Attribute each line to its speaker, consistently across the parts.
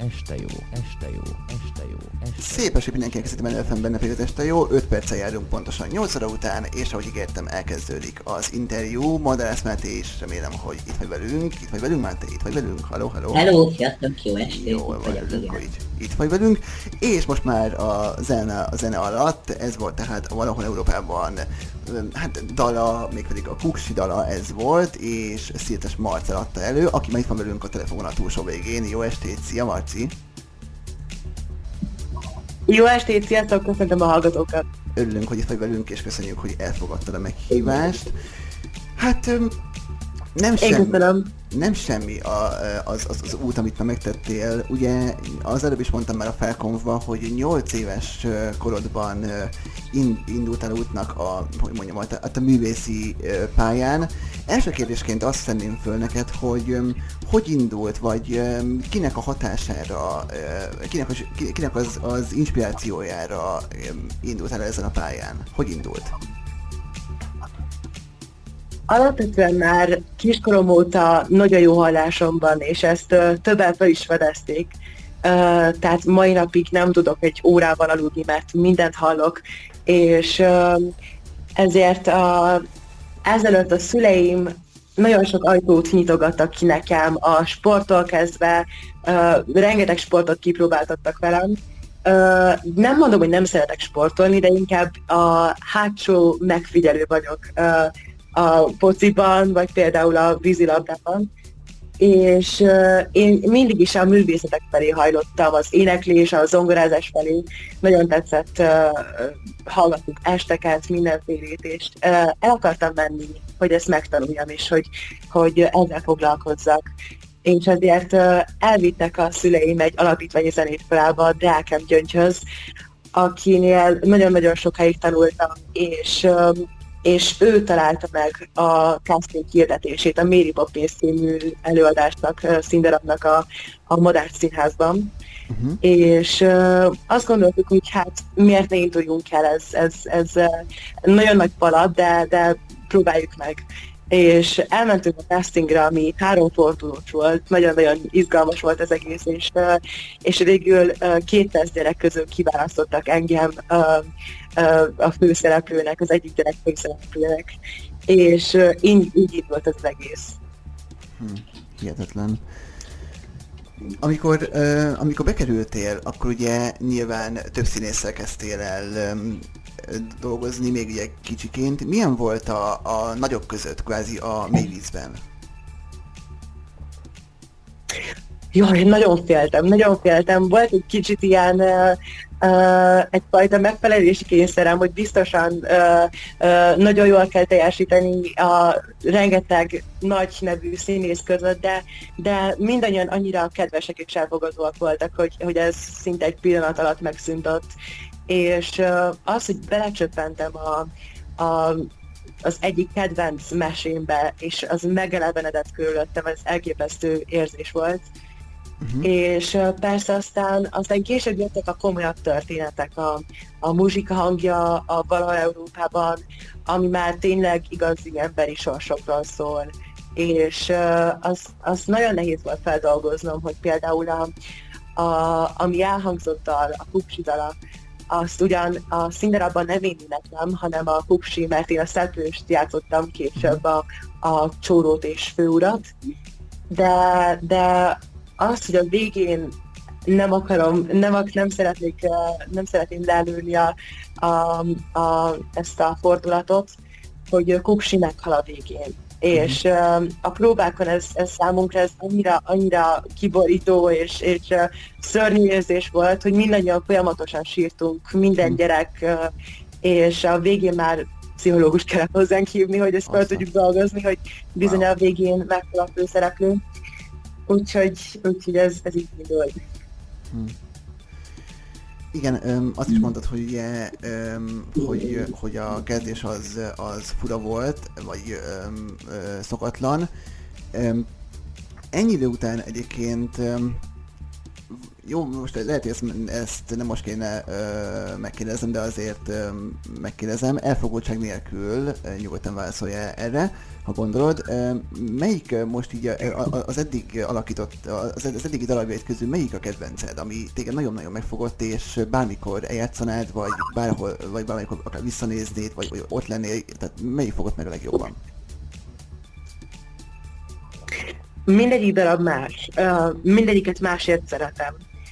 Speaker 1: Szép eső mindenki elkezdett Menő FM, benne pedig az este jó, 5 perccel járunk pontosan 8 óra után, és ahogy ígértem, elkezdődik az interjú. Madarász Máté is, remélem, hogy itt vagy velünk. Itt vagy velünk, Máté? Itt vagy velünk? Halló, halló!
Speaker 2: Hello, sziasztok, jó estét!
Speaker 1: Jól van, hogy itt vagy velünk. És most már a zene alatt, ez volt tehát valahol Európában, hát dala, mégpedig a Kuksi dala ez volt, és Szirtes Marcell adta elő, aki már itt van velünk a telefonon a túlsó végén. Jó estét, szia Marci!
Speaker 3: Jó estét, sziasztok, köszöntöm a hallgatókat!
Speaker 1: Örülünk, hogy itt vagy velünk, és köszönjük, hogy elfogadtad a meghívást. Hát nem semmi az út, amit már megtettél. Ugye az előbb is mondtam már a felkonfba, hogy 8 éves korodban indultál útnak a művészi pályán. Első kérdésként azt tenném föl neked, hogy indult, vagy kinek a hatására, kinek az inspirációjára indultál ezen a pályán? Hogy indult?
Speaker 3: Alapvetően már kiskorom óta nagyon jó hallásom van, és ezt többen fel is fedezték. Tehát mai napig nem tudok egy órával aludni, mert mindent hallok, és ezért ezelőtt a szüleim nagyon sok ajtót nyitogattak ki nekem, a sporttól kezdve, rengeteg sportot kipróbáltattak velem. Nem mondom, hogy nem szeretek sportolni, de inkább a hátsó megfigyelő vagyok a fociban, vagy például a vízilabdában. És én mindig is a művészetek felé hajlottam, az éneklés, a zongorázás felé. Nagyon tetszett hallgatni esteket, mindenfélét, és el akartam menni, hogy ezt megtanuljam, és hogy ezzel foglalkozzak. És ezért elvittek a szüleim egy alapítványi zenéiskolába, a Deákem Gyöngyhöz, akinél nagyon-nagyon sokáig tanultam, és ő találta meg a casting hirdetését, a Méri Poppins című előadásnak, színdarabnak a Madách Színházban. És azt gondoltuk, hogy hát miért ne induljunk el, ez nagyon nagy falat, de próbáljuk meg. És elmentünk a castingra, ami 3 fordulós volt, nagyon-nagyon izgalmas volt az egész, és végül 200 gyerek közül kiválasztottak engem a főszereplőnek, az egyik gyerek főszereplőnek, és így volt az egész.
Speaker 1: Hihetetlen. Amikor bekerültél, akkor ugye nyilván több színésszel kezdtél el dolgozni, még ugye kicsiként. Milyen volt a nagyok között, kvázi a mélyvízben?
Speaker 3: Jaj, nagyon féltem. Volt egy kicsit ilyen egyfajta megfelelési kényszerem, hogy biztosan nagyon jól kell teljesíteni a rengeteg nagy nevű színész között, de mindannyian annyira kedvesek és elfogadóak voltak, hogy ez szinte egy pillanat alatt megszűnt ott. És az, hogy belecsöppentem az egyik kedvenc mesémbe, és az megelevenedett körülöttem, ez elképesztő érzés volt. És persze aztán később jöttek a komolyabb történetek, a muzsika hangja a Valahol Európában, ami már tényleg igazi emberi sorsokról szól. És az nagyon nehéz volt feldolgoznom, hogy például ami elhangzott a Kuksi dala, azt ugyan a színdarabban nem én éneklem, hanem a Kuksi, mert én a szereplőst játszottam később a Csórót és Főurat, de azt, hogy a végén nem szeretném lelőni ezt a fordulatot, hogy Kuksi meghal a végén. És a próbákon ez számunkra annyira kiborító és szörnyű érzés volt, hogy mindannyian folyamatosan sírtunk, minden gyerek, és a végén már pszichológus kellett hozzánk hívni, hogy ezt fel tudjuk dolgozni, hogy bizony a végén meghal a főszereplő. Úgyhogy ez így indult.
Speaker 1: Igen, azt is mondtad, hogy ugye, hogy a kezdés az fura volt, vagy szokatlan. Ennyi idő után egyébként Jó, most lehet, hogy ezt nem most kéne megkérdezem, de azért megkérdezem. Elfogultság nélkül nyugodtan válaszolja erre, ha gondolod. Melyik most így az eddig alakított, az eddigi darabjaid közül melyik a kedvenced, ami téged nagyon-nagyon megfogott, és bármikor eljátszanád, vagy bárhol, vagy bármikor akár visszanéznéd, vagy ott lennél, tehát melyik fogott meg a legjobban?
Speaker 3: Mindegyik darab más. Mindegyiket másért szeretem.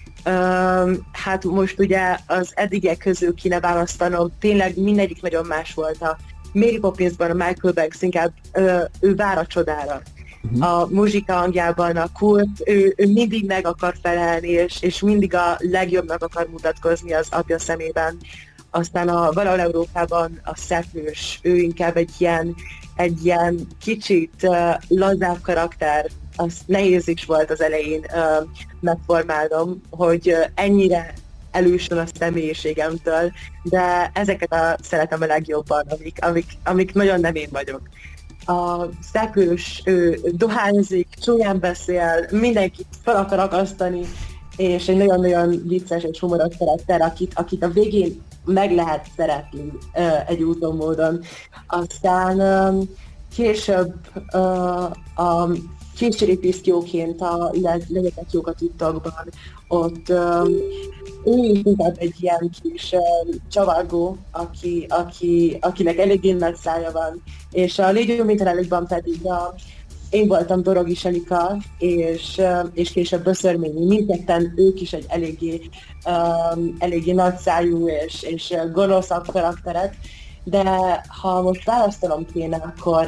Speaker 3: Hát most ugye az eddigiek közül kéne választanom, tényleg mindegyik nagyon más volt. A Mary Poppinsban a Michael Banks inkább ő vár a csodára. A muzsika hangjában a Kurt, ő mindig meg akar felelni, és mindig a legjobbnak akar mutatkozni az apja szemében. Aztán Valahol Európában a Szeplős, ő inkább egy ilyen kicsit lazább karakter. Az nehéz is volt az elején megformálnom, hogy ennyire elűsön a személyiségemtől, de ezeket szeretem a legjobban, amik nagyon nem én vagyok. A Szeplős, ő dohányzik, csúnyán beszél, mindenkit fel akar akasztani, és egy nagyon-nagyon vicces és humoros karakter, akit a végén meg lehet szeretni egy úton módon. Aztán később a Kísérő Piszkjóként a Legyetek jók a titokban, ott ő is inkább egy ilyen kis csavargó, akinek eléggé nagy szája van, és a Légy Méterelőkben pedig én voltam Dorogi Annika, és később Böszörményi, mindketten ők is egy eléggé nagyszájú és gonoszabb karakterek, de ha most választanom kéne, akkor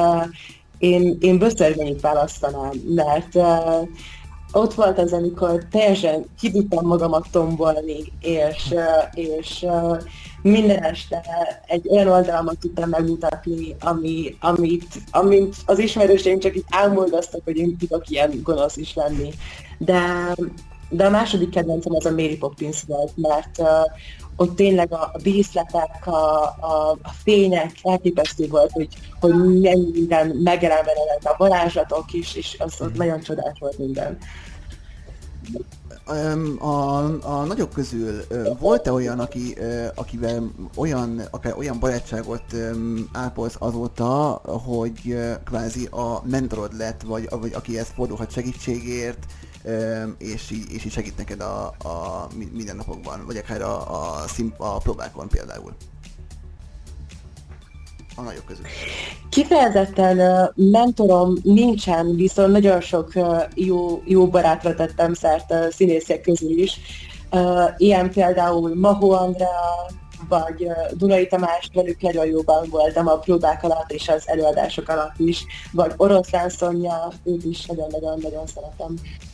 Speaker 3: én Böszörményit választanám, mert ott volt az, amikor teljesen ki tudtam magamat tombolni, és minden este egy olyan oldalamat tudtam megmutatni, amit az ismerőseim csak így álmodoztak, hogy én tudok ilyen gonosz is lenni. De a második kedvencem az a Mary Poppins volt, mert ott tényleg a díszletek, a fények elképesztő volt, hogy minden megjelenve a varázslatok is, és az ott nagyon csodás volt minden.
Speaker 1: A nagyok közül volt-e olyan, akivel akár olyan barátságot ápolsz azóta, hogy kvázi a mentorod lett, vagy akihez fordulhat segítségért, és így segít neked a mindennapokban, vagy akár a próbákon például? A nagyok közül.
Speaker 3: Kifejezetten mentorom nincsen, viszont nagyon sok jó barátra tettem szert színészek közül is. Ilyen például Mahó Andrea, vagy Dunai Tamás, velük nagyon jóban voltam a próbák alatt és az előadások alatt is, vagy Oroszlán Szonya, őt is nagyon-nagyon szeretem.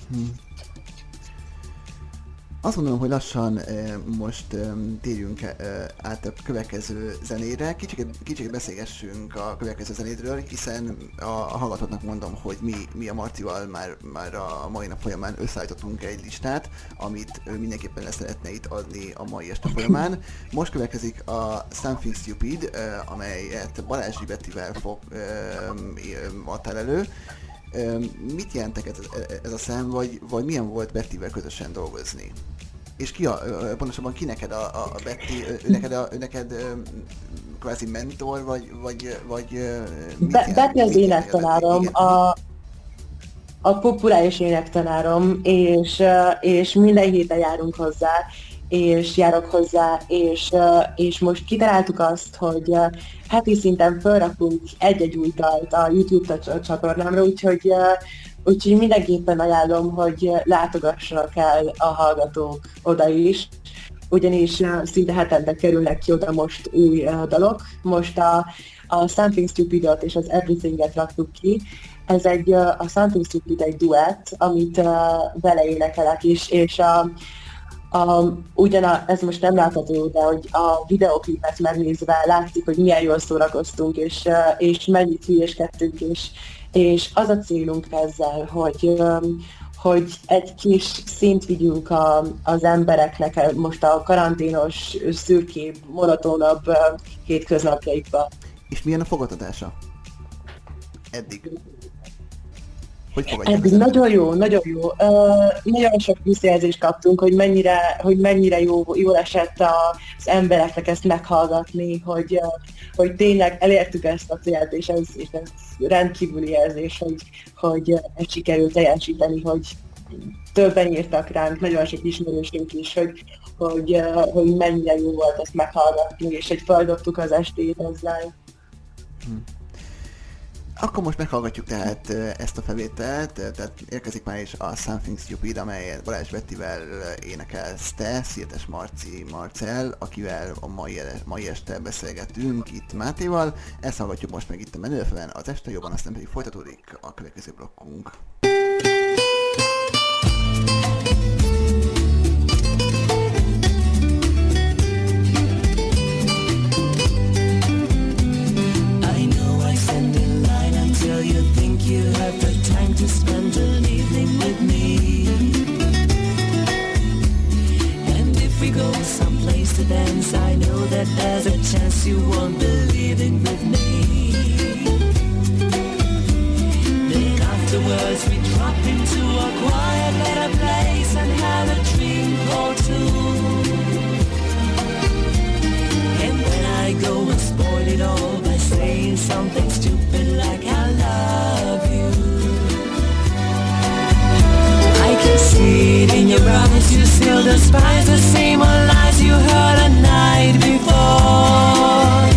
Speaker 1: Azt gondolom, hogy lassan most térjünk át a következő zenére. Kicsit beszélgessünk a következő zenédről, hiszen a hallgatóknak mondom, hogy mi a Marcival már a mai nap folyamán összeállítottunk egy listát, amit mindenképpen le szeretne itt adni a mai este folyamán. Most következik a Something Stupid, amelyet Balázsi Bettivel adtál elő. Mit jelentek ez a szám, vagy milyen volt Bettivel közösen dolgozni? És pontosabban ki neked a Betty, ő neked kvázi mentor, vagy
Speaker 3: Betty az énektanárom, a populáris énektanárom, és minden héten járunk hozzá, és járok hozzá, és most kitaláltuk azt, hogy heti szinten felrakunk egy-egy új dalt a YouTube csatornámra, úgyhogy mindenképpen ajánlom, hogy látogassanak el a hallgatók oda is, ugyanis szinte hetente kerülnek ki oda most új dalok. Most a Something Stupid-ot és az Everything-et raktuk ki. Ez a Something Stupid egy duett, amit vele énekelek is, és ez most nem látható, de hogy a videóklipet megnézve látszik, hogy milyen jól szórakoztunk, és mennyit hülyéskedtünk, és az a célunk ezzel, hogy egy kis szint vigyünk az embereknek most a karanténos, szürkébb, monotónabb hétköznapjaikba.
Speaker 1: És milyen a fogadtatása? Eddig? Hogy fogadják?
Speaker 3: Eddig nagyon jó, nagyon jó. Nagyon sok visszajelzést kaptunk, hogy mennyire jól esett az embereknek ezt meghallgatni, hogy tényleg elértük ezt a célt, és ez rendkívüli érzés, hogy ezt sikerült teljesíteni, hogy többen írtak ránk, nagyon sok ismerősünk is, hogy mennyire jó volt ezt meghallgatni, és hogy feldobtuk az estét ezzel.
Speaker 1: Akkor most meghallgatjuk tehát ezt a felvételt, tehát érkezik már is a Something Stupid, amelyet Balázs Bettivel énekelsz te, Szirtes Marcell, akivel a mai este beszélgetünk itt Mátéval. Ezt hallgatjuk most meg itt a Menő FM-en, az este jobban, aztán pedig folytatódik a következő blokkunk.
Speaker 2: You have the time to spend an evening with me. And if we go someplace to dance, I know that there's a chance you won't believe it with me. Then afterwards we drop into a quiet little place and have a drink or two. And then I go and spoil it all by saying something stupid like I love you. I can see it in your eyes, you still despise the same old lies you heard a night before.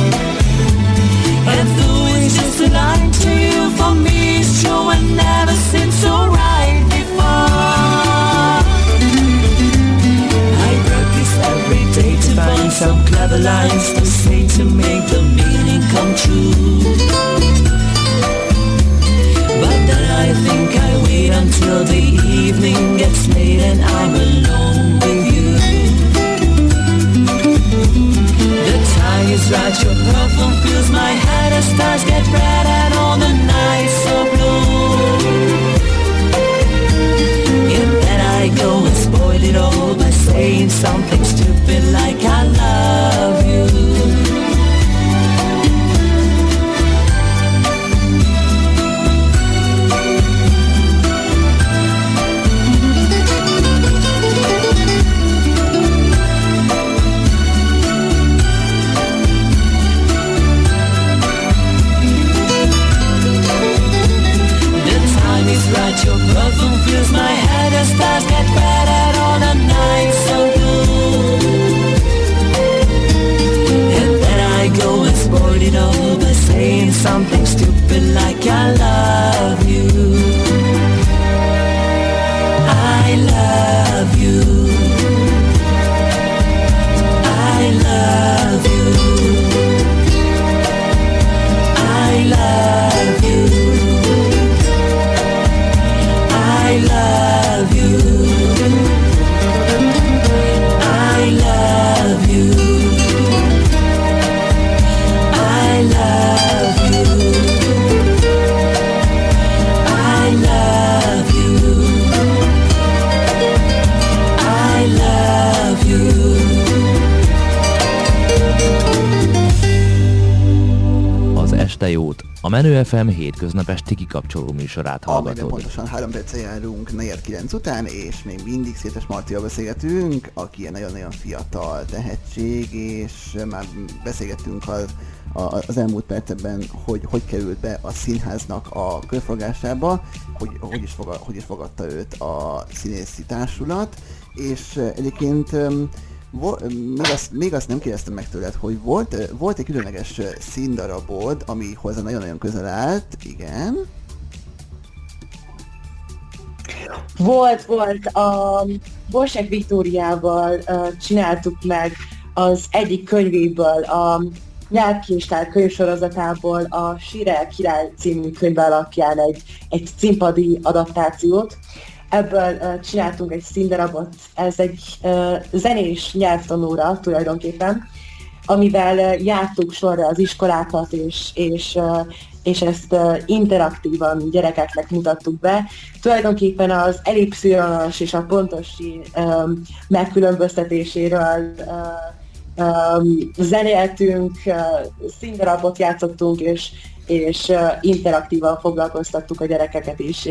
Speaker 2: And though it's just a line to you, for me it's true and never seemed so right before. I practice every day to find some clever lines to say to make the meaning come true. But then I think I wait until the evening gets late and I'm alone with you. The time is right, your perfume fills my head as stars get red and all the nights so blue. And then I go and spoil it all by saying something stupid like I love you. Right, your perfume fills my head as stars get red and all the nights so blue. And then I go and spoil it all by saying something stupid like I love you. I love you. I love you. I love you. I love you. I love you. I love you. I love you. I love you.
Speaker 4: Az este jót, a Menő FM hétköznap esti kikapcsoló műsorát
Speaker 1: Amelyben
Speaker 4: hallgatódik.
Speaker 1: pontosan 3 perccel járunk 4-9 után, és még mindig Szirtes Marcival beszélgetünk, aki egy nagyon-nagyon fiatal tehetség, és már beszélgettünk az elmúlt percekben, hogy került be a színháznak a körforgásába, hogy is fogadta őt a színészi társulat, és egyébként még azt nem kérdeztem meg tőled, hogy volt egy különleges színdarabod, ami hozzá nagyon-nagyon közel állt, igen?
Speaker 3: Volt. A Borsák Viktóriával csináltuk meg az egyik könyvéből, a Nyelvkincstár könyvsorozatából a Sirel Király című könyv alapján egy színpadi adaptációt. Ebből csináltunk egy színdarabot, ez egy zenés nyelvtanóra tulajdonképpen, amivel jártuk sorra az iskolákat, és ezt interaktívan gyerekeknek mutattuk be. Tulajdonképpen az ellipszionos és a pontosi megkülönböztetéséről zenéltünk, színdarabot játszottunk, és interaktívan foglalkoztattuk a gyerekeket is,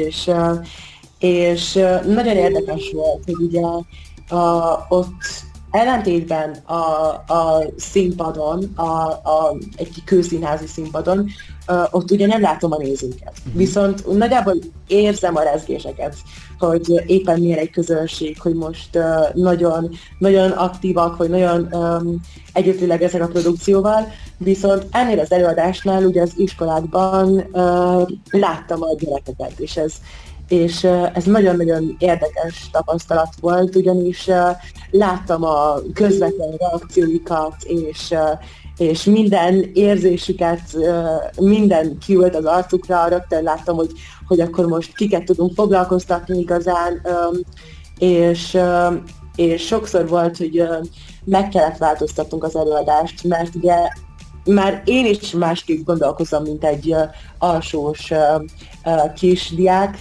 Speaker 3: és nagyon érdekes volt, hogy ugye ott ellentétben a színpadon, egy kőszínházi színpadon, ott ugye nem látom a nézőket. Viszont nagyjából érzem a rezgéseket, hogy éppen milyen egy közönség, hogy most nagyon, nagyon aktívak, vagy nagyon együttlélegeznek a produkcióval, viszont ennél az előadásnál ugye az iskolákban láttam a gyerekeket, és ez nagyon-nagyon érdekes tapasztalat volt, ugyanis láttam a közvetlen reakcióikat, és minden érzésüket, minden kiült az arcukra, rögtön láttam, hogy akkor most kiket tudunk foglalkoztatni igazán, és sokszor volt, hogy meg kellett változtatnunk az előadást, mert ugye már én is másképp gondolkozom, mint egy alsós kisdiák,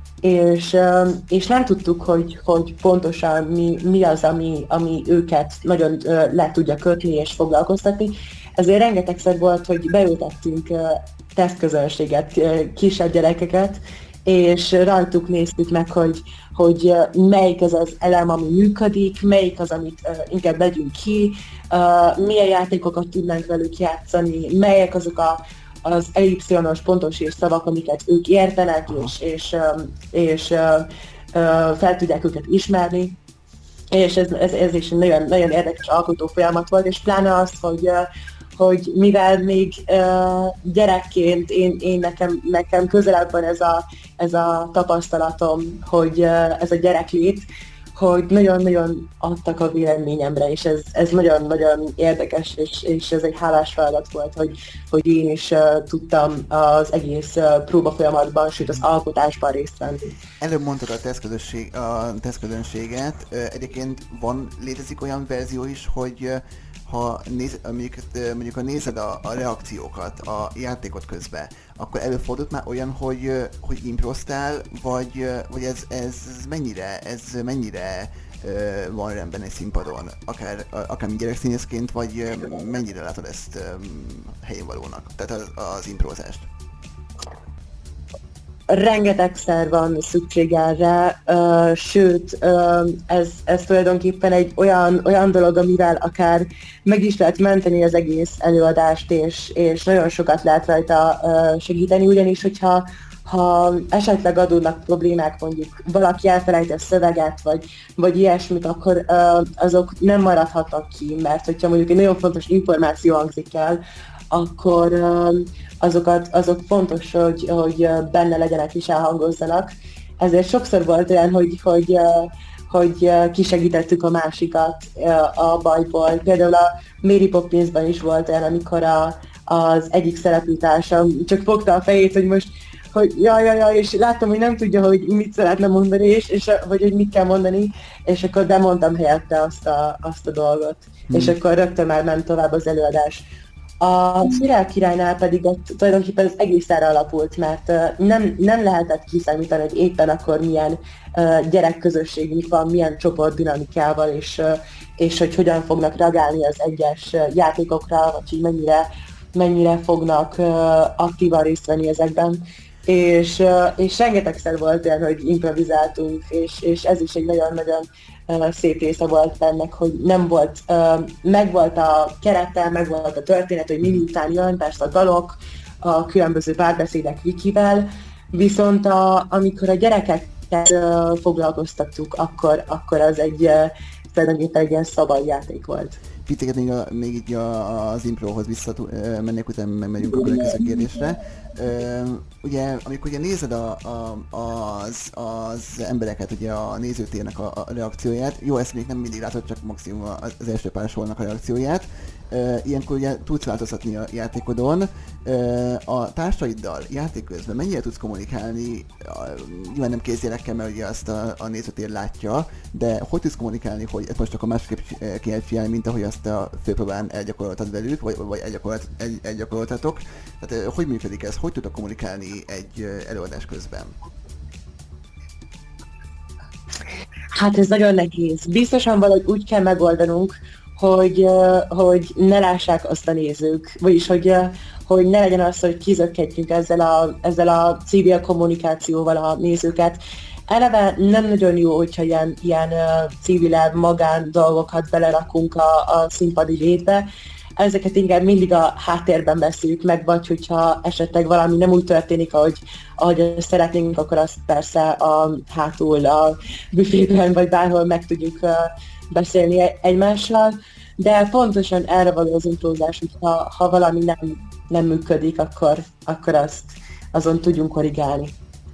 Speaker 3: és nem tudtuk, hogy pontosan mi az, ami őket nagyon le tudja kötni és foglalkoztatni. Ezért rengetegszer volt, hogy beültettünk tesztközönséget, kisebb gyerekeket, és rajtuk néztük meg, hogy melyik az elem, ami működik, melyik az, amit inkább vegyünk ki, milyen játékokat tudnánk velük játszani, melyek azok az ellipszonos pontos és szavak, amiket ők értenek, és fel tudják őket ismerni. És ez is egy nagyon, nagyon érdekes alkotó folyamat volt, és pláne az, hogy mivel még gyerekként nekem közelebb van ez a tapasztalatom, hogy ez a gyereklét, hogy nagyon-nagyon adtak a véleményemre, és ez nagyon-nagyon érdekes, és ez egy hálás feladat volt, hogy én is tudtam az egész próba folyamatban, sőt az alkotásban részt venni.
Speaker 1: Előbb mondtad a tesztközönséget, egyébként létezik olyan verzió is, hogy ha mondjuk nézed a reakciókat a játékot közben, akkor előfordult már olyan, hogy improztál, vagy ez mennyire van rendben egy színpadon, akár gyerekszínészként, vagy mennyire látod ezt helyén valónak, tehát az improzást?
Speaker 3: Rengetegszer van szükség erre, sőt, ez tulajdonképpen egy olyan dolog, amivel akár meg is lehet menteni az egész előadást, és nagyon sokat lehet rajta segíteni, ugyanis, hogyha esetleg adódnak problémák, mondjuk valaki elfelejt a szöveget, vagy ilyesmit, akkor azok nem maradhatnak ki, mert hogyha mondjuk egy nagyon fontos információ hangzik el, akkor azok fontos, hogy benne legyenek és elhangozzanak. Ezért sokszor volt olyan, hogy kisegítettük a másikat a bajból. Például a Mary Poppinsban is volt olyan, amikor az egyik szereplőtársam csak fogta a fejét, hogy most hogy jaj, és láttam, hogy nem tudja, hogy mit szeretne mondani, vagy hogy mit kell mondani, és akkor bemondtam helyette azt a dolgot. És akkor rögtön már ment tovább az előadás. A Cirál királynál pedig tulajdonképpen az egész erre alapult, mert nem lehetett kiszámítani, hogy éppen akkor milyen gyerekközösségünk van, milyen csoportdinamikával, és hogy hogyan fognak reagálni az egyes játékokra, vagy hogy mennyire fognak aktívan részt venni ezekben. És rengetegszer volt olyan, hogy improvizáltunk, és ez is egy nagyon-nagyon szép része volt ennek, hogy nem volt, megvolt a kerete, megvolt a történet, hogy mi után jön, persze a dalok, a különböző párbeszédek Vikivel, viszont amikor a gyerekeket foglalkoztattuk, akkor az tulajdonképpen egy ilyen szabad játék volt.
Speaker 1: Piteket még így az improhoz visszamennék, utána megmegyünk a következő kérdésre. Ugye, amikor ugye nézed az embereket, ugye a nézőtérnek a reakcióját, jó, ezt még nem mindig látod, csak maximum az első pár sornak a reakcióját. Ilyenkor ugye tudsz változtatni a játékodon. A társaiddal játék közben mennyire tudsz kommunikálni, nyilván nem kézjelekkel, mert ugye azt a nézőtér látja, de hogy tudsz kommunikálni, hogy ezt most akkor másképp kell csinálni, mint ahogy azt a főpróbán elgyakoroltad velük, vagy elgyakoroltatok. Tehát hogy működik ez? Hogy tudok kommunikálni egy előadás közben? Hát
Speaker 3: ez nagyon nehéz. Biztosan valahogy úgy kell megoldanunk, hogy ne lássák azt a nézők, vagyis hogy ne legyen az, hogy kizökkentjük ezzel a civil kommunikációval a nézőket. Eleve nem nagyon jó, hogyha ilyen civilebb magán dolgokat belerakunk a színpadi létbe. Ezeket inkább mindig a háttérben beszéljük meg, vagy hogyha esetleg valami nem úgy történik, ahogy ezt szeretnénk, akkor azt persze hátul a büfében, vagy bárhol meg tudjuk beszélni egymással. De pontosan erre való az imprózás, hogy ha valami nem működik, akkor azon tudjunk korrigálni.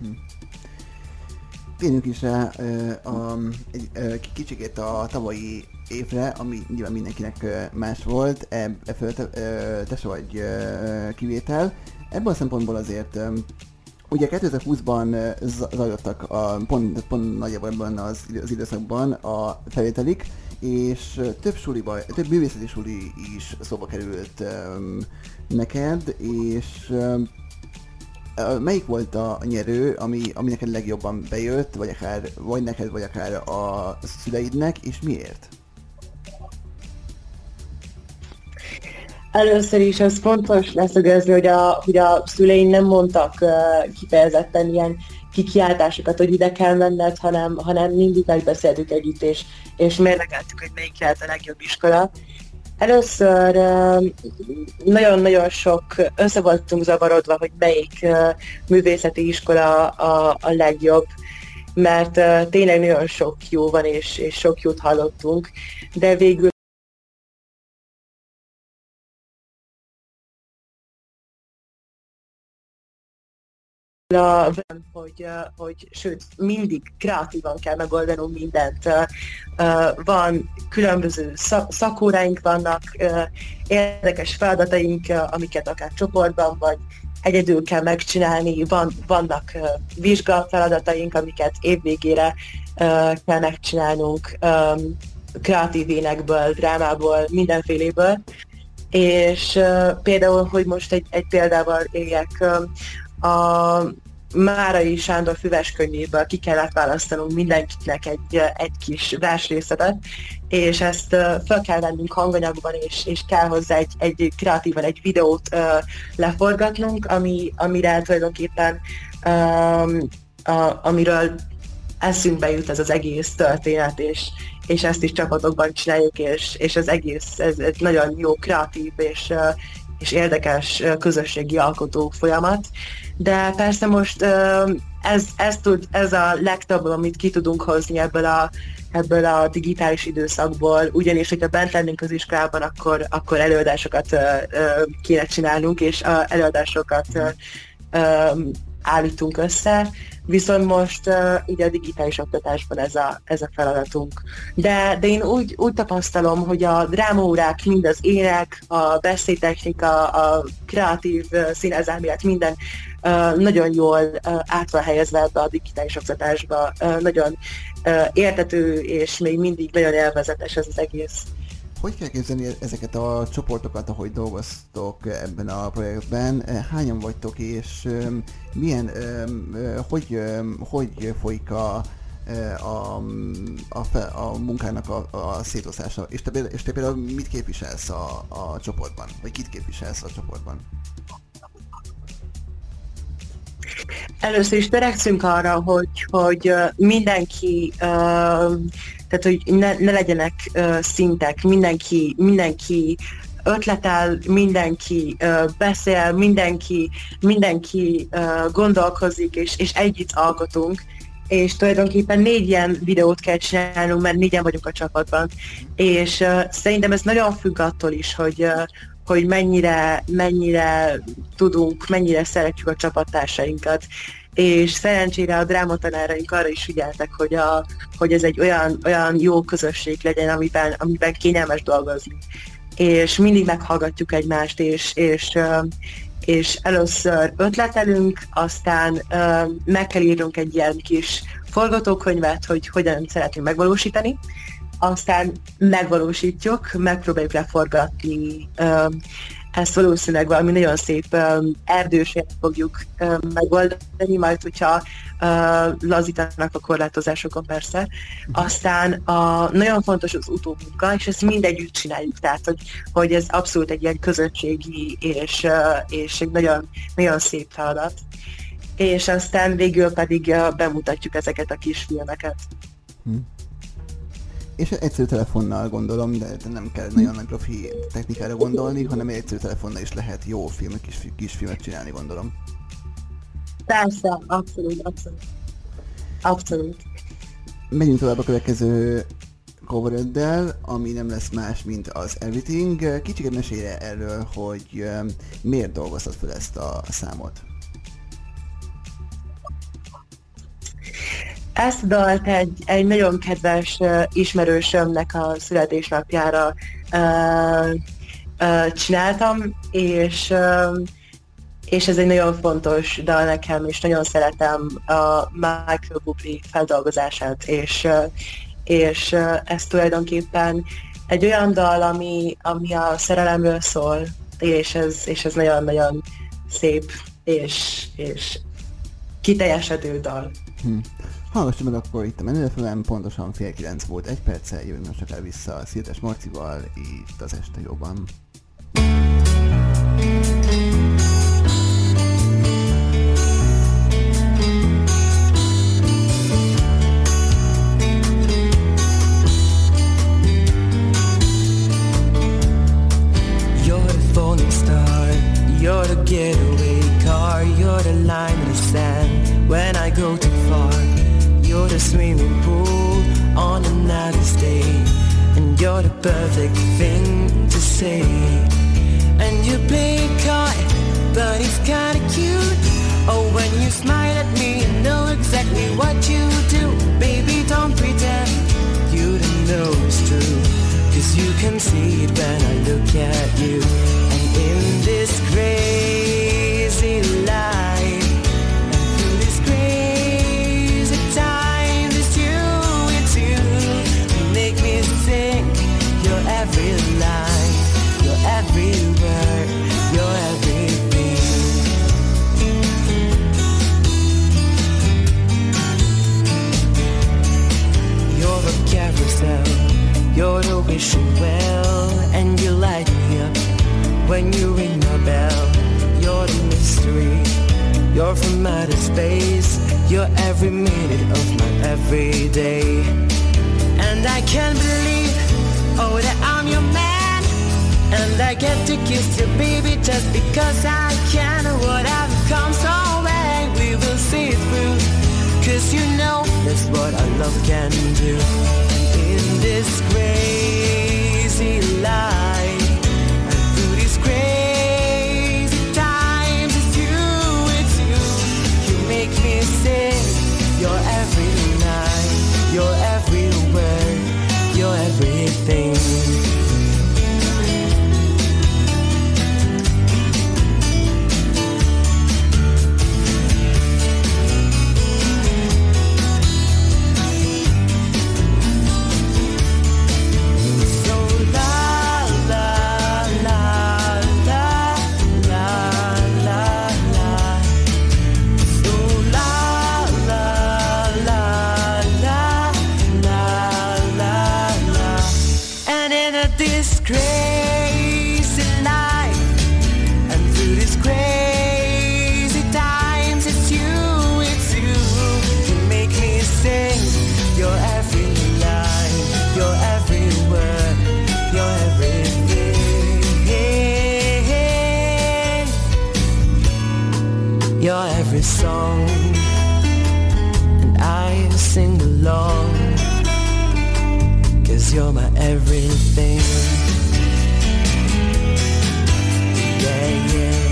Speaker 1: Térjünk is rá kicsikét a tavalyi évre, ami nyilván mindenkinek más volt, ebből te se vagy kivétel. Ebből a szempontból azért ugye 2020-ban zajlottak pont nagyjából ebben az időszakban a felvételik, és több művészeti suli is szóba került neked, és melyik volt a nyerő, ami neked legjobban bejött, vagy neked, vagy akár a szüleidnek, és miért?
Speaker 3: Először is az fontos leszögezni, hogy a szüleim nem mondtak kifejezetten ilyen kikiáltásokat, hogy ide kell menned, hanem mindig megbeszéltük együtt, és mérlegeltük, hogy melyik lehet a legjobb iskola. Először nagyon-nagyon sok össze voltunk zavarodva, hogy melyik művészeti iskola a legjobb, mert tényleg nagyon sok jó van, és sok jót hallottunk, de végül hogy sőt, mindig kreatívan kell megoldanunk mindent. Van különböző szakóráink vannak, érdekes feladataink, amiket akár csoportban vagy egyedül kell megcsinálni, vannak vizsgafeladataink, amiket évvégére kell megcsinálnunk, kreatív énekből, drámából, mindenféléből. És például, hogy most egy példával éljek, a Márai Sándor füveskönyvéből ki kellett választanunk mindenkinek egy kis versrészletet, és ezt fel kell vennünk hanganyagban, és kell hozzá egy kreatívan egy videót leforgatnunk, amire tulajdonképpen amiről eszünkbe jut ez az egész történet, és ezt is csapatokban csináljuk, és az egész ez egy nagyon jó, kreatív és érdekes közösségi alkotó folyamat. De persze most ez a legtöbb, amit ki tudunk hozni ebből a digitális időszakból, ugyanis, hogyha bent lennénk az iskolában, akkor előadásokat kéne csinálnunk, és előadásokat állítunk össze, viszont most így a digitális oktatásban ez a feladatunk. De én úgy tapasztalom, hogy a drámaórák, mind az ének, a beszédtechnika, a kreatív színezelmélet, minden nagyon jól át van helyezve ebbe a digitális oktatásba, nagyon érthető, és még mindig nagyon élvezetes ez az egész.
Speaker 1: Hogy kell képzelni ezeket a csoportokat, ahogy dolgoztok ebben a projektben? Hányan vagytok, és milyen, hogy folyik a munkának a szétosztása? És te például mit képviselsz a csoportban? Vagy kit képviselsz a csoportban?
Speaker 3: Először is törekszünk arra, hogy mindenki, tehát hogy ne legyenek szintek, mindenki ötletel, mindenki beszél, mindenki gondolkozik, és együtt alkotunk. És tulajdonképpen 4 ilyen videót kell csinálnunk, mert 4-en vagyunk a csapatban. És szerintem ez nagyon függ attól is, hogy mennyire tudunk, mennyire szeretjük a csapattársainkat. És szerencsére a drámatanáraink arra is figyeltek, hogy ez egy olyan jó közösség legyen, amiben kényelmes dolgozni. És mindig meghallgatjuk egymást, és először ötletelünk, aztán meg kell írnunk egy ilyen kis forgatókönyvet, hogy hogyan szeretnénk megvalósítani, aztán megvalósítjuk, megpróbáljuk leforgatni ezt valószínűleg valami nagyon szép erdősén fogjuk megoldani, majd hogyha lazítanak a korlátozásokon persze. Aztán nagyon fontos az utómunka, és ezt mindegyütt csináljuk, tehát hogy ez abszolút egy ilyen közösségi és egy nagyon, nagyon szép feladat. És aztán végül pedig bemutatjuk ezeket a kis filmeket.
Speaker 1: És egyszerű telefonnal gondolom, de nem kell nagyon nagy profi technikára gondolni, hanem egy egyszerű telefonnal is lehet jó filmek, kis filmet csinálni, gondolom.
Speaker 3: Persze, abszolút.
Speaker 1: Megyünk tovább a következő covereddel, ami nem lesz más, mint az Everything. Kicsit mesélj erről, hogy miért dolgoztad fel ezt a számot?
Speaker 3: Ezt a dalt egy nagyon kedves ismerősömnek a születésnapjára csináltam, és ez egy nagyon fontos dal nekem, és nagyon szeretem a Michael Bublé feldolgozását, és ez tulajdonképpen egy olyan dal, ami a szerelemről szól, és ez nagyon-nagyon szép és kiteljesedő dal.
Speaker 1: Hallgassuk meg akkor itt a Menő FM, pontosan 8:30 volt, 1 perccel, jövünk most akár vissza a Szirtes Marcival, itt az Este Jóban.
Speaker 2: You're the falling star, you're the getaway car, you're the line in the sand when I go too far. You're the swimming pool on another day, and you're the perfect thing to say. And you play coy, but it's kinda cute. Oh, when you smile at me, you know exactly what you do. Baby, don't pretend you don't know it's true, 'cause you can see it when I look at you. And in this crazy life, through this crazy time, it's you, you make me think. Your every line, your every word, your everything. You're a carousel, you're the wishing well, and you light me up when you ring my bell. You're the mystery, you're from outer space, you're every minute of my everyday. And I can't believe, oh, that I'm your man, and I get to kiss you, baby, just because I can. Whatever comes our way, we will see it through, 'cause you know that's what our love can do. In this crazy life, and through these crazy times, it's you, you make me sing. Your every night, your every word, your everything. Crazy life, and through this crazy times, it's you, you make me sing. Your every line, your every word, your everything. Your every song, and I sing along, 'cause you're my everything. Yeah, yeah.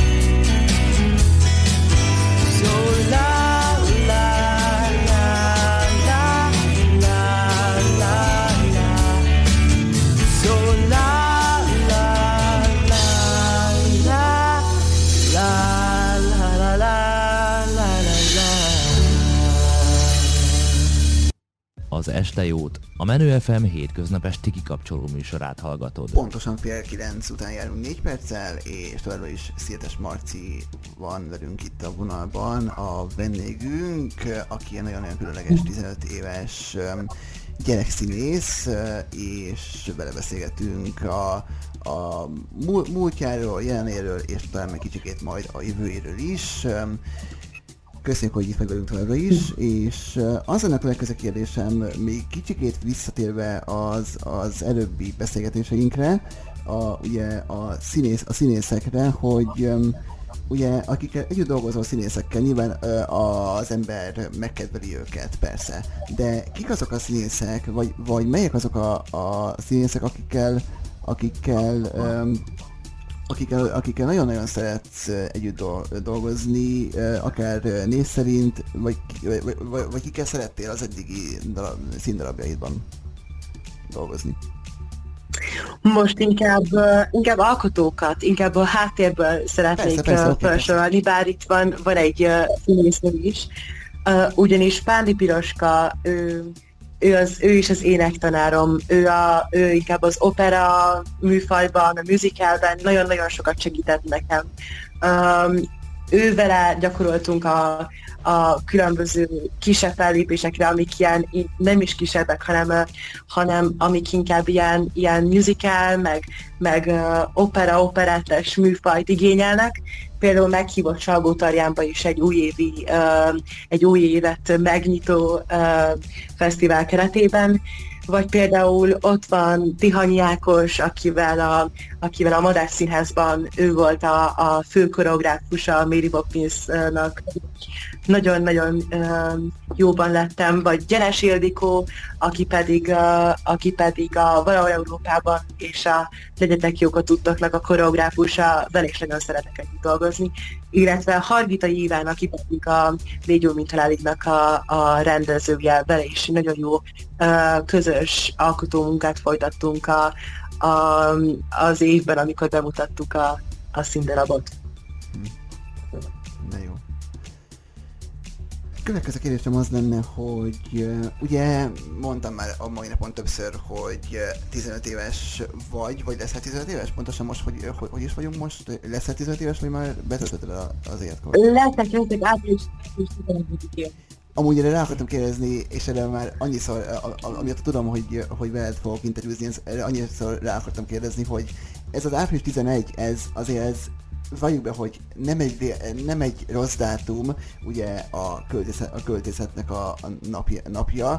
Speaker 2: So la la la la la la la. So la la la la la la la la la la.
Speaker 4: Az az Este jót, a Menő FM hétköznap esti kikapcsoló műsorát hallgatod.
Speaker 1: Pontosan 8:30 után járunk 4 perccel, és továbbra is Szirtes Marci van velünk itt a vonalban. A vendégünk, aki nagyon-nagyon különleges 15 éves gyerekszínész, és vele beszélgetünk a múltjáról, jelenéről, és talán egy kicsikét majd a jövőjéről is. Köszönjük, hogy itt vagy velünk továbbra is, és az a következő kérdésem, még kicsikét visszatérve az előbbi beszélgetéseinkre, ugye a színészekre, hogy ugye akikkel együtt dolgozó színészekkel nyilván az ember megkedveli őket, persze, de kik azok a színészek, vagy melyek azok a színészek, akikkel nagyon-nagyon szeretsz együtt dolgozni, akár név szerint, vagy kikkel szerettél az eddigi színdarabjaidban dolgozni?
Speaker 3: Most inkább alkotókat, inkább a háttérből szeretnék felsorolni, bár itt van egy színésznő is, ugyanis Pándi Piroska, ő is az énektanárom, ő inkább az opera műfajban, a musicalben nagyon-nagyon sokat segített nekem. Ővele gyakoroltunk a különböző kisebb fellépésekre, amik ilyen nem is kisebbek, hanem amik inkább ilyen musical, meg operettes műfajt igényelnek. Például meghívott Salgótarjánba is egy új évet megnyitó fesztivál keretében, vagy például ott van Tihanyi Ákos, akivel a Madách Színházban ő volt a fő koreográfusa a Mary Poppins-nak. Nagyon-nagyon jóban lettem, vagy Gyenes Ildikó, aki pedig a Valahol Európában és a Legyetek jók a tudtoknak a koreográfusa, vele is nagyon szeretek együtt dolgozni, illetve Hargitai Iván, aki pedig a Légy jó, mint Halálignak a rendezője, vele is nagyon jó közös alkotómunkát folytattunk az évben, amikor bemutattuk a színdarabot.
Speaker 1: De jó. Következő kérdésem az lenne, hogy ugye mondtam már a mai napon többször, hogy 15 éves vagy leszel 15 éves? Pontosan most, hogy is vagyunk most? Leszel 15 éves, vagy már betöltötted az életkort?
Speaker 3: Leszek április 15-én.
Speaker 1: Amúgy erre rá akartam kérdezni, és erre már annyiszor, amiatt tudom, hogy veled fogok interjúzni, erre annyiszor rá akartam kérdezni, hogy ez az április 11, ez valljuk be, hogy nem egy rossz dátum, ugye a költészetnek a napja.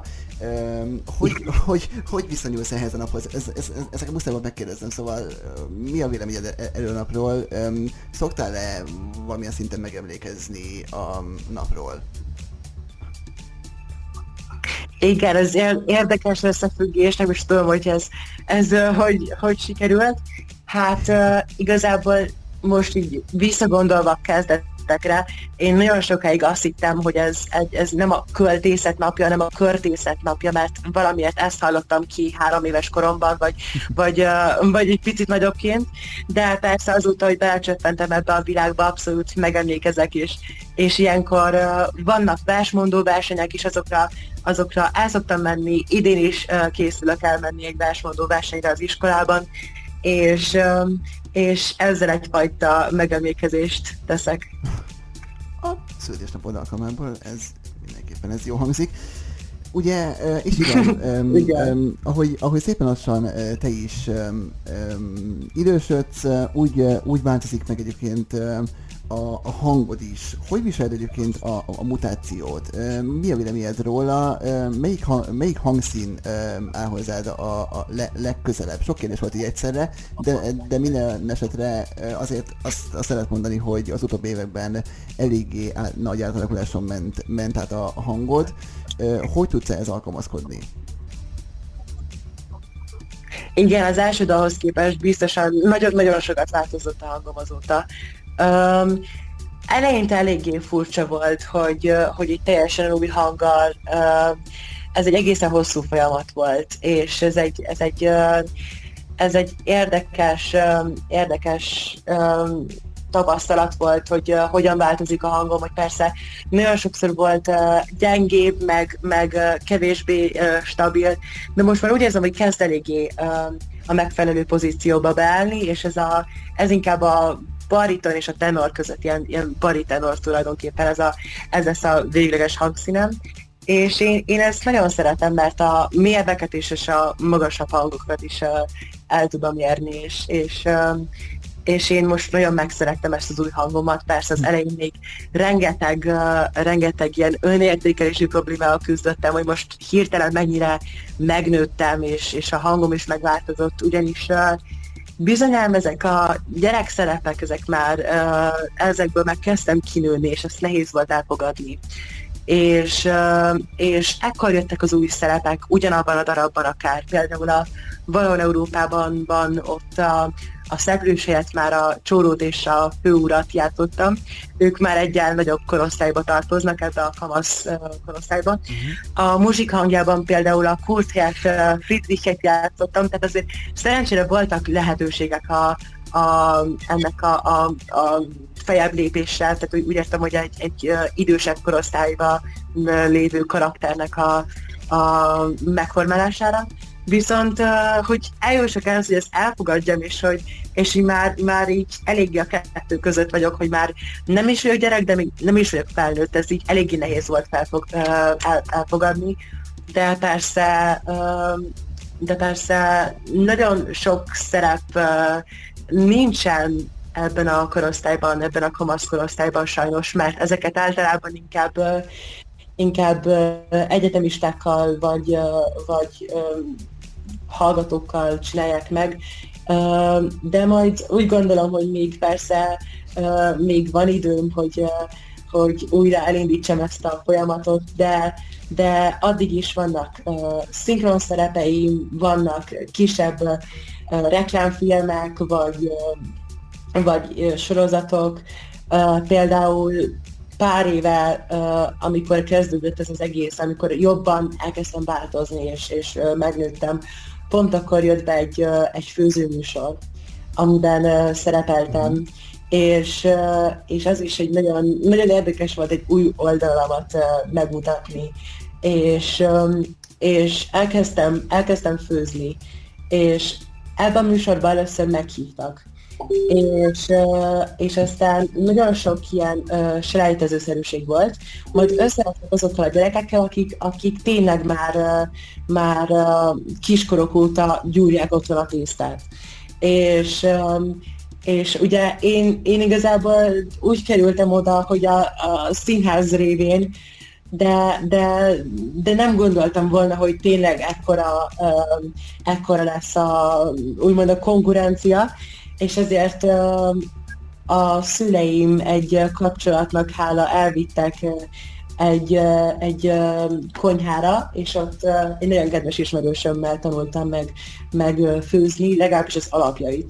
Speaker 1: Hogy viszonyulsz ehhez a naphoz? Ezeket muszáj volt megkérdeznem, szóval mi a véleményed erről a napról? Szoktál-e valamilyen szinten megemlékezni a napról?
Speaker 3: Igen, ez érdekes összefüggés, nem is tudom, hogy ez hogy sikerült. Hát igazából most így visszagondolva kezdetekre, én nagyon sokáig azt hittem, hogy ez nem a költészet napja, hanem a körtészet napja, mert valamiért ezt hallottam ki 3 éves koromban, vagy egy picit nagyobbként, de persze azóta, hogy belecsöppentem ebbe a világba, abszolút megemlékezek, és ilyenkor vannak versmondó versenyek is, azokra el szoktam menni, idén is készülök elmenni egy versmondó versenyre az iskolában, és ezzel egyfajta megemlékezést teszek.
Speaker 1: A születésnapod alkalmából mindenképpen ez jó hangzik. Ugye, és igen, ahogy szépen lassan te is idősödsz, úgy változik meg egyébként a hangod is. Hogy viseled egyébként a mutációt? Mi a véleményed róla? Melyik hangszín áll hozzád a legközelebb? Sok kérdés volt így egyszerre, de minden esetre azért azt lehet mondani, hogy az utóbbi években eléggé nagy átalakuláson ment át a hangod. Hogy tudsz ehhez alkalmazkodni?
Speaker 3: Igen, az első dalhoz képest biztosan nagyon-nagyon sokat változott a hangom azóta. Eleinte eléggé furcsa volt, hogy egy teljesen új hanggal, ez egy egészen hosszú folyamat volt, és ez egy érdekes tapasztalat volt, hogy hogyan változik a hangom, hogy persze nagyon sokszor volt gyengébb, meg kevésbé stabil, de most már úgy érzem, hogy kezd eléggé a megfelelő pozícióba beállni, és ez inkább a bariton és a tenor között, ilyen baritenor tulajdonképpen, ez lesz a végleges hangszínem. És én ezt nagyon szeretem, mert a mélyebbeket és a magasabb hangokat is el tudom érni, és én most nagyon megszerettem ezt az új hangomat. Persze az elején még rengeteg ilyen önértékelési problémával küzdöttem, hogy most hirtelen mennyire megnőttem, és a hangom is megváltozott, ugyanis bizonyám ezek a gyerekszerepek, ezekből meg kezdtem kinőni, és ezt nehéz volt elfogadni. És ekkor jöttek az új szerepek, ugyanabban a darabban akár. Például a Valahol Európában van ott a szereplős helyett már a Csórót és a Főurat játszottam. Ők már egyel nagyobb korosztályba tartoznak, ebbe a kamasz korosztályban. A muzsik hangjában például a Kurt helyett Friedrichet játszottam, tehát azért szerencsére voltak lehetőségek ennek a fejebb lépéssel, tehát úgy értem, hogy egy idősebb korosztályban lévő karakternek a megformálására. Viszont, hogy eljussak el, hogy ezt elfogadjam, és én már így eléggé a kettő között vagyok, hogy már nem is vagyok gyerek, de még nem is vagyok felnőtt, ez így eléggé nehéz volt elfogadni. De persze nagyon sok szerep nincsen ebben a korosztályban, ebben a kamasz korosztályban sajnos, mert ezeket általában inkább egyetemistákkal vagy hallgatókkal csinálják meg, de majd úgy gondolom, hogy még persze még van időm, hogy újra elindítsam ezt a folyamatot, de addig is vannak szinkron szerepeim, vannak kisebb reklámfilmek, vagy sorozatok. Például pár éve, amikor kezdődött ez az egész, amikor jobban elkezdtem változni és megnőttem, pont akkor jött be egy főzőműsor, amiben szerepeltem, és az is egy nagyon, nagyon érdekes volt egy új oldalamat megmutatni, és elkezdtem főzni, és ebben a műsorban először meghívtak. És aztán nagyon sok ilyen selejtezőszerűség volt, majd összeraktak azokkal a gyerekekkel, akik tényleg már kiskorok óta gyúrják otthon a tésztát. És ugye én igazából úgy kerültem oda, hogy a színház révén, de nem gondoltam volna, hogy tényleg ekkora lesz úgymond a konkurencia, és ezért a szüleim egy kapcsolatnak hála elvittek egy konyhára, és ott egy nagyon kedves ismerősömmel tanultam meg főzni, legalábbis az alapjait.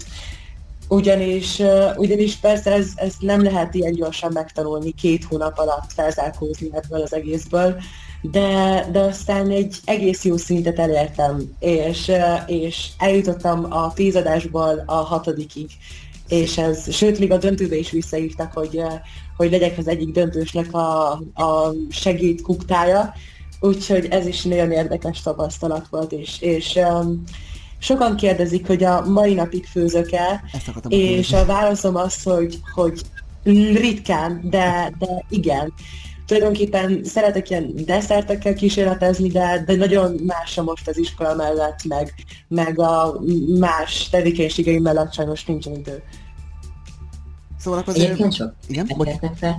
Speaker 3: Ugyanis persze ez nem lehet ilyen gyorsan megtanulni, 2 hónap alatt felzárkózni ebből az egészből, de aztán egy egész jó szintet elértem, és eljutottam a 10 adásból a 6-ig, és sőt, még a döntőbe is visszahívtak, hogy legyek az egyik döntősnek a segédkuktája, úgyhogy ez is nagyon érdekes tapasztalat volt, és sokan kérdezik, hogy a mai napig főzök-e, és a válaszom az, hogy ritkán, de igen. Tulajdonképpen szeretek ilyen desszertekkel kísérletezni, de nagyon más most az iskola mellett, meg a más tevékenységeim mellett sajnos nincsen idő.
Speaker 1: Szóval akkor azért...
Speaker 5: Egyébként sok
Speaker 1: igen?
Speaker 5: fel.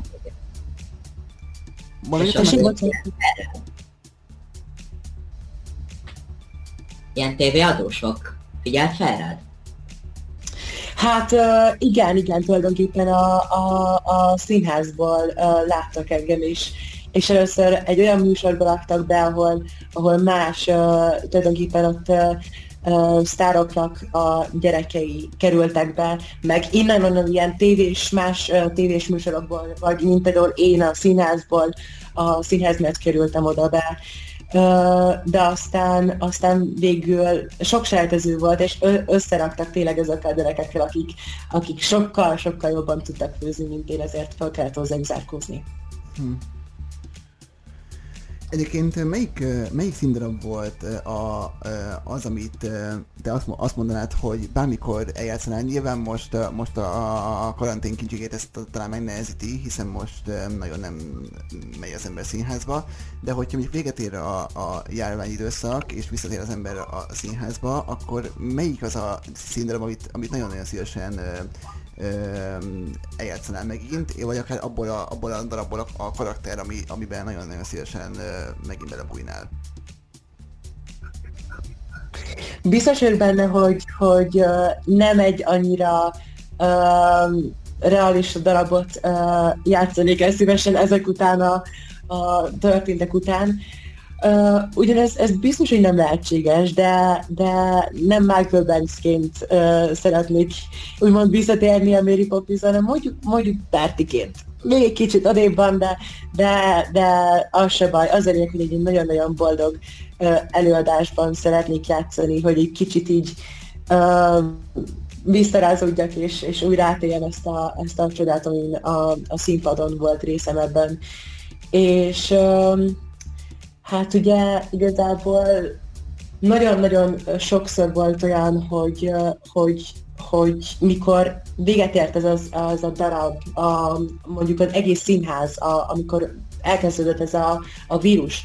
Speaker 5: Ilyen tévéadósok figyelt fel rád?
Speaker 3: Hát igen, tulajdonképpen a színházból láttak engem is, és először egy olyan műsorba laktak be, ahol más tulajdonképpen ott sztároknak a gyerekei kerültek be, meg innen ilyen más tévés műsorokból, vagy mint például én a színházból, a színház miatt kerültem oda be. de aztán végül sok sejtező volt, és összeraktak tényleg ezekkel a gyerekekkel, akik sokkal jobban tudtak főzni, mint én, ezért fel kellett hozzájuk zárkózni.
Speaker 1: Egyébként melyik színdarab volt az, amit te azt mondanád, hogy bármikor eljátszanál? Nyilván most a karantén kicsikét ezt talán megnehezíti, hiszen most nagyon nem megy az ember színházba, de hogyha mondjuk véget ér a járványidőszak, és visszatér az ember a színházba, akkor melyik az a színdarab, amit nagyon-nagyon szívesen eljátszanál megint, vagy akár abból a darabból a karakter, amiben nagyon-nagyon szívesen megint belebújnál?
Speaker 3: Biztos vagyok benne, hogy nem egy annyira realista darabot játszanék el szívesen ezek után a történtek után. Ugyanez ez biztos, hogy nem lehetséges, de nem Michael Banksként szeretnék úgymond visszatérni a Mary Poppins, hanem mondjuk Bertiként. Még egy kicsit odébb van, de az se baj. Az elég, hogy egy nagyon-nagyon boldog előadásban szeretnék játszani, hogy egy kicsit így visszarázódjak és újra átéljen ezt a csodát, amin a színpadon volt részem ebben. És hát ugye igazából nagyon-nagyon sokszor volt olyan, hogy mikor véget ért az a darab, mondjuk az egész színház, amikor elkezdődött ez a vírus,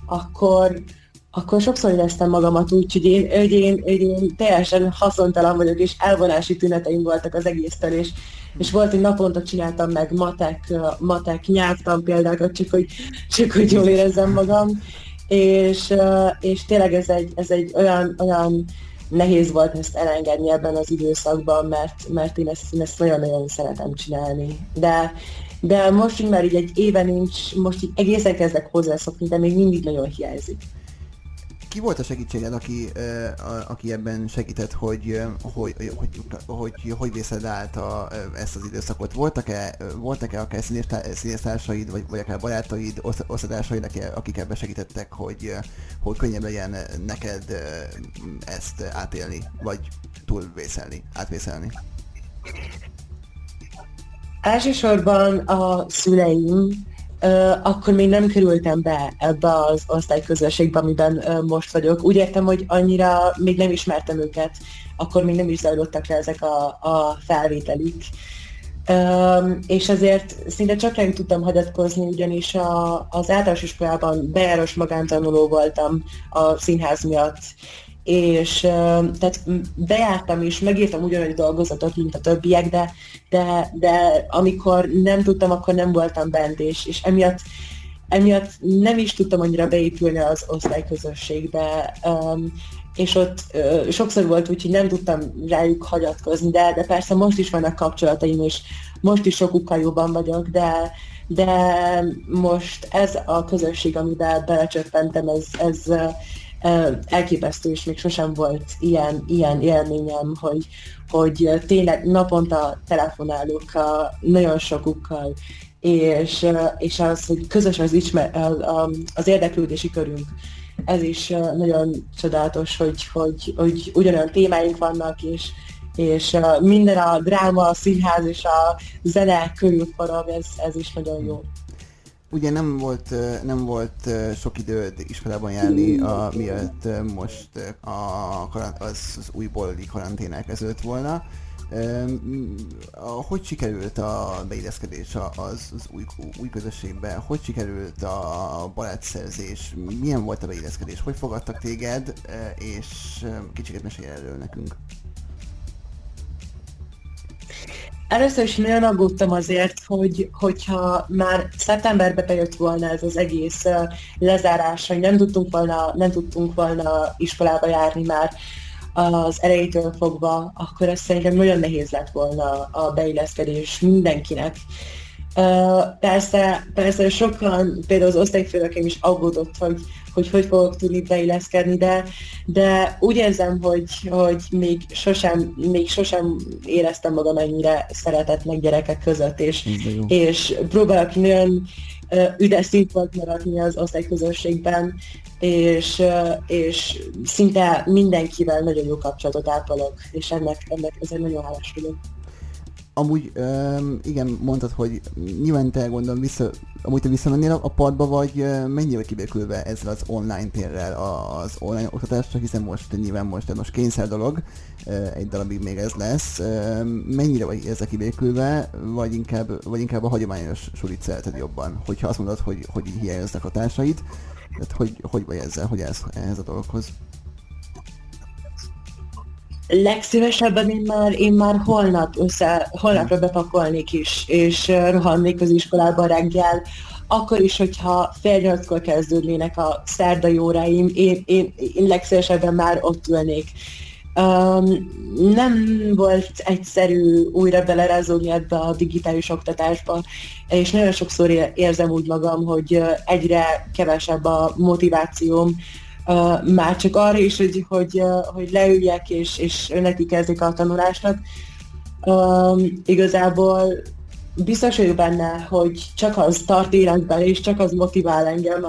Speaker 3: akkor sokszor éreztem magamat úgy, hogy én teljesen haszontalan vagyok, és elvonási tüneteim voltak az egésztől, és volt, hogy naponta csináltam meg matek nyelvtan példákat, csak hogy jól érezzem magam, és tényleg ez egy olyan nehéz volt ezt elengedni ebben az időszakban, mert én ezt nagyon-nagyon szeretem csinálni. De most, hogy már így egy éve nincs, most így egészen kezdek hozzászokni, de még mindig nagyon hiányzik.
Speaker 1: Ki volt a segítséged, aki ebben segített, hogy vészed át ezt az időszakot? Voltak-e akár színésztársaid, vagy akár barátaid, osztatársaid, akik ebben segítettek, hogy könnyebb legyen neked ezt átélni, vagy átvészelni?
Speaker 3: Elsősorban a szüleim, akkor még nem kerültem be ebbe az osztályközösségbe, amiben most vagyok. Úgy értem, hogy annyira még nem ismertem őket, akkor még nem is zajlottak le ezek a felvételik. És ezért szinte csak rájuk tudtam hagyatkozni, ugyanis az általános iskolában bejárós magántanuló voltam a színház miatt, és tehát bejártam és megírtam ugyanolyan dolgozatot, mint a többiek, de amikor nem tudtam, akkor nem voltam bent, és emiatt nem is tudtam annyira beépülni az osztályközösségbe, és ott sokszor volt úgy, hogy nem tudtam rájuk hagyatkozni, de persze most is vannak kapcsolataim, és most is sokukkal jobban vagyok, de most ez a közösség, amiben belecsöppentem, ez elképesztő, és még sosem volt ilyen élményem, hogy tényleg naponta telefonálok nagyon sokukkal, és az, hogy közös az érdeklődési körünk. Ez is nagyon csodálatos, hogy ugyanolyan témáink vannak, és minden a dráma, a színház és a zene körül forog, ez is nagyon jó.
Speaker 1: Ugye nem volt sok időd iskolában járni, miatt most az újbóli karantén elkezdődött volna. Hogy sikerült a beilleszkedés az új közösségbe? Hogy sikerült a barátszerzés? Milyen volt a beilleszkedés? Hogy fogadtak téged? És kicsit mesélj erről nekünk.
Speaker 3: Először is nagyon aggódtam azért, hogyha már szeptemberbe bejött volna ez az egész lezárás, hogy nem tudtunk volna iskolába járni már az elejétől fogva, akkor ez szerintem nagyon nehéz lett volna a beilleszkedés mindenkinek. Persze sokan, például az osztályfőnökeim is aggódott, hogy fogok tudni beilleszkedni, de úgy érzem, hogy még sosem éreztem magam ennyire szeretetnek gyerekek között, és próbálok nagyon üdes színfolt maradni az osztályközösségben, és szinte mindenkivel nagyon jó kapcsolatot ápolok, és ennek ezért nagyon hálás vagyok.
Speaker 1: Amúgy, igen, mondtad, hogy nyilván te gondolom amúgy te visszamennél a padba, vagy mennyire vagy kibékülve ezzel az online térrel, az online oktatásra, hiszen most kényszer dolog, egy darabig még ez lesz. Mennyire vagy ezzel kibékülve, vagy inkább a hagyományos sulit szereted jobban, hogyha azt mondod, hogy hiányoznak a társaid, tehát hogy vagy ezzel, hogy ehhez a dologhoz?
Speaker 3: Legszívesebben én már holnapra bepakolnék is, és rohannék az iskolába reggel, akkor is, hogyha 7:30-kor kezdődnének a szerdai óráim, én legszívesebben már ott ülnék. Nem volt egyszerű újra belerázódni ebbe a digitális oktatásba, és nagyon sokszor érzem úgy magam, hogy egyre kevesebb a motivációm, már csak arra is, hogy leüljek és neki kezdik a tanulásnak. Igazából biztos vagyok benne, hogy csak az tart életben, és csak az motivál engem,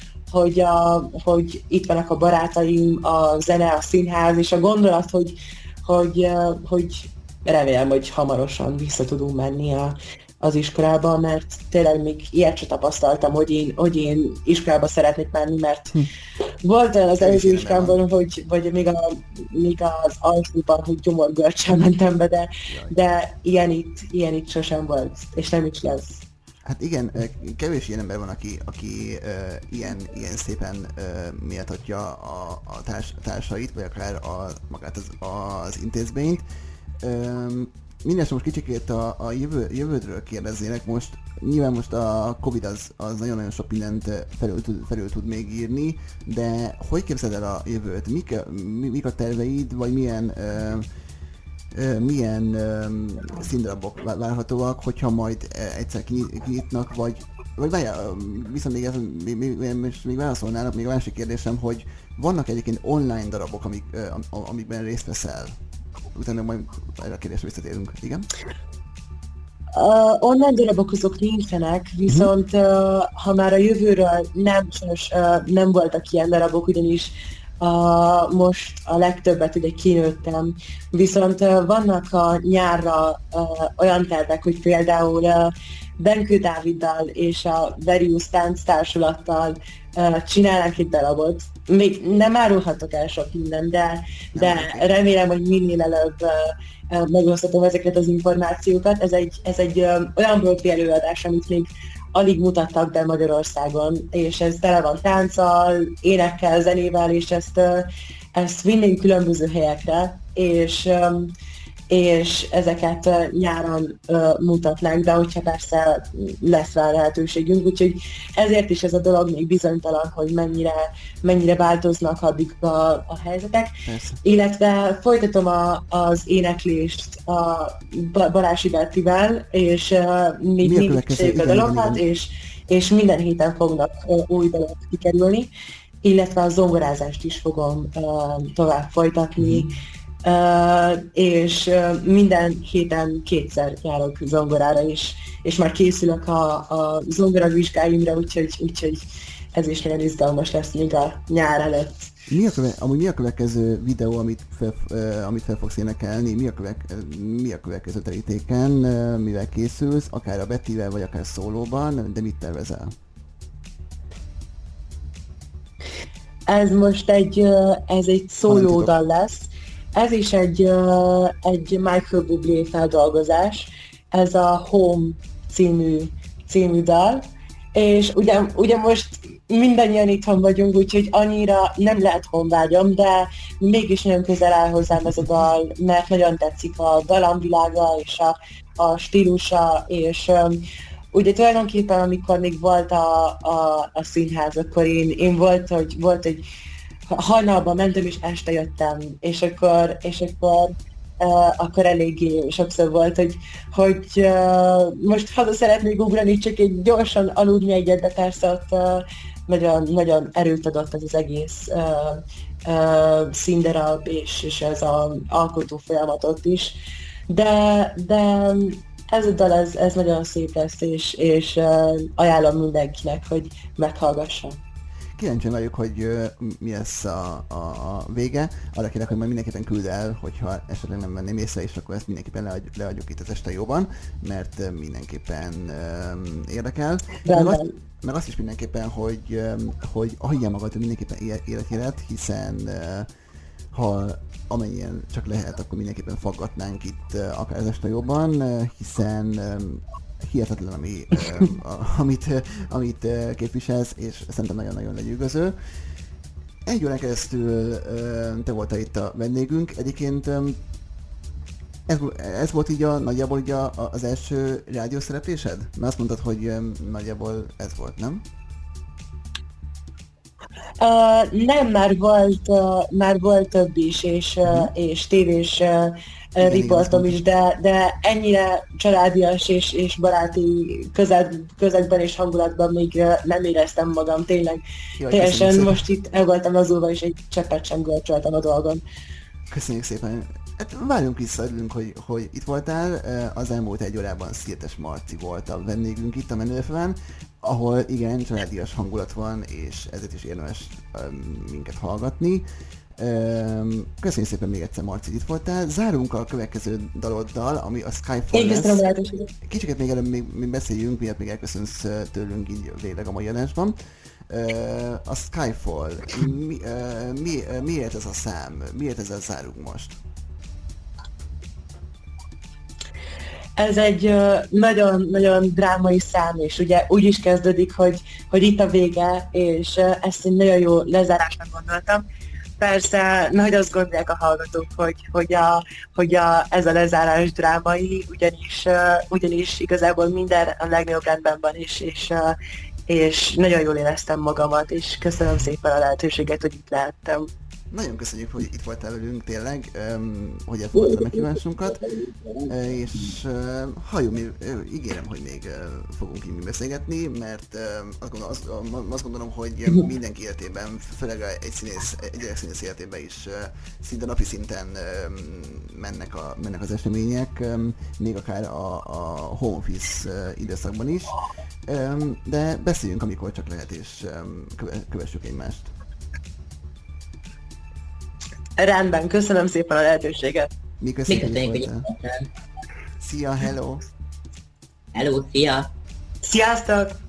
Speaker 3: hogy itt vannak a barátaim, a zene, a színház, és a gondolat, hogy remélem, hogy hamarosan vissza tudunk menni az iskolába, mert tényleg még ilyet sem tapasztaltam, hogy én iskolába szeretnék menni, mert volt olyan az előző iskolámban, hogy még az alsóban, hogy gyomorgörcsel mentem be, de ilyen itt sosem volt, és nem is lesz.
Speaker 1: Hát igen, kevés ilyen ember van, aki ilyen szépen méltatja a társait, vagy akár magát az intézményt. Mindenesetre most kicsikét a jövődről kérdeznének most. Nyilván most a Covid az nagyon-nagyon sok mindent felül tud még írni, de hogy képzeled el a jövőt? Mik a terveid, vagy milyen színdarabok várhatóak, hogyha majd egyszer kinyitnak, vagy várjál, viszont még válaszolnának, még a másik kérdésem, hogy vannak egyébként online darabok, amikben részt veszel? Utána majd erre a kérdésre visszatérünk, igen?
Speaker 3: Online darabok azok nincsenek, viszont ha már a jövőről nem voltak ilyen darabok, ugyanis most a legtöbbet ugye kinőttem, viszont vannak a nyárra olyan tervek, hogy például Benkő Dáviddal és a Verius Tánctársulattal csinálnánk egy darabot. Még nem árulhatok el sok minden, de remélem, hogy minél előbb megosztatom ezeket az információkat. Ez egy olyan Broadway előadás, amit még alig mutattak be Magyarországon, és ez tele van tánccal, énekkel, zenével, és ezt vinnénk különböző helyekre, és ezeket nyáron mutatnánk, de hogyha persze lesz rá lehetőségünk, úgyhogy ezért is ez a dolog még bizonytalan, hogy mennyire változnak addig a helyzetek. Persze. Illetve folytatom az éneklést a Balási Bettivel, és még mindig csináljuk a dalokat, és minden héten fognak új dalok kikerülni, illetve a zongorázást is fogom tovább folytatni, és minden héten 2-szer járok zongorára is, és már készülök a zongoravizsgáimra, úgyhogy ez is nagyon izgalmas lesz még a nyár előtt.
Speaker 1: Mi a következő videó, amit fel fogsz énekelni? Mi a következő terítéken, mivel készülsz, akár a Bettivel, vagy akár szólóban, de mit tervezel?
Speaker 3: Ez most egy szólódal lesz. Ez is egy Michael Bublé feldolgozás, ez a Home című dal, és ugye most mindannyian itthon vagyunk, úgyhogy annyira nem lehet honvágyam, de mégis nagyon közel áll hozzám ez a dal, mert nagyon tetszik a dallamvilága és a stílusa, és ugye tulajdonképpen amikor még volt a színház, akkor én volt egy hajnalban mentem és este jöttem, és akkor akkor eléggé sokszor volt, hogy most haza szeretnék ugrani, csak egy gyorsan aludni egyet, de persze ott nagyon, nagyon erőt adott ez az egész színdarab, és ez az alkotó folyamatot is. De ez a dal, ez nagyon szép lesz, és ajánlom mindenkinek, hogy meghallgassa.
Speaker 1: Kíváncsian vagyok, hogy mi lesz a vége. Arra kérlek, hogy majd mindenképpen küld el, hogyha esetleg nem venném észre, és akkor ezt mindenképpen leadjuk itt az Este Jóban, mert mindenképpen érdekel. Meg azt is mindenképpen, hogy hagyja magad mindenképpen életjelet, hiszen ha amennyien csak lehet, akkor mindenképpen faggatnánk itt akár az Este Jóban, hiszen hihetetlen, amit képviselsz, és szerintem nagyon-nagyon lenyűgöző. Egy órán keresztül te itt a vendégünk. Egyébként ez volt így nagyjából így az első rádiószereplésed? Mert azt mondtad, hogy nagyjából ez volt, nem?
Speaker 3: Nem, már volt több is, és tévés riportom is, de ennyire családias és baráti közegben és hangulatban még nem éreztem magam, tényleg. Teljesen most itt el voltam azulva, és egy cseppet sem görcsöltem a dolgon.
Speaker 1: Köszönjük szépen! Hát várjunk vissza, örülünk, hogy itt voltál. Az elmúlt egy órában Szirtes Marci volt a vendégünk itt a Menő FM-en, ahol igen, családias hangulat van, és ezért is érdemes minket hallgatni. Köszönjük szépen még egyszer, Marci, itt voltál. Zárunk a következő daloddal, ami a Skyfall lesz. Kicsiket még előbb még beszéljünk, miért még elköszönsz tőlünk így végleg a mai adásban. A Skyfall, miért ez a szám? Miért ezzel zárunk most?
Speaker 3: Ez egy nagyon-nagyon drámai szám, és ugye úgy is kezdődik, hogy itt a vége, és ezt egy nagyon jó lezárásnak gondoltam. Persze nagy azt gondolják a hallgatók, hogy ez a lezárás drámai, ugyanis igazából minden a legnagyobb rendben van, és nagyon jól éreztem magamat, és köszönöm szépen a lehetőséget, hogy itt lehettem.
Speaker 1: Nagyon köszönjük, hogy itt voltál velünk tényleg, hogy elfogadtad a meghívásunkat, és ígérem, hogy még fogunk így beszélgetni, mert azt gondolom, hogy mindenki életében, főleg egy gyerekszínész életében is szinte napi szinten mennek az események, még akár a home office időszakban is, de beszéljünk, amikor csak lehet, és kövessük egymást.
Speaker 3: Rendben, köszönöm szépen a lehetőséget.
Speaker 1: Mi köszönjük, hogy Szia, hello!
Speaker 5: Hello, szia!
Speaker 3: Sziasztok!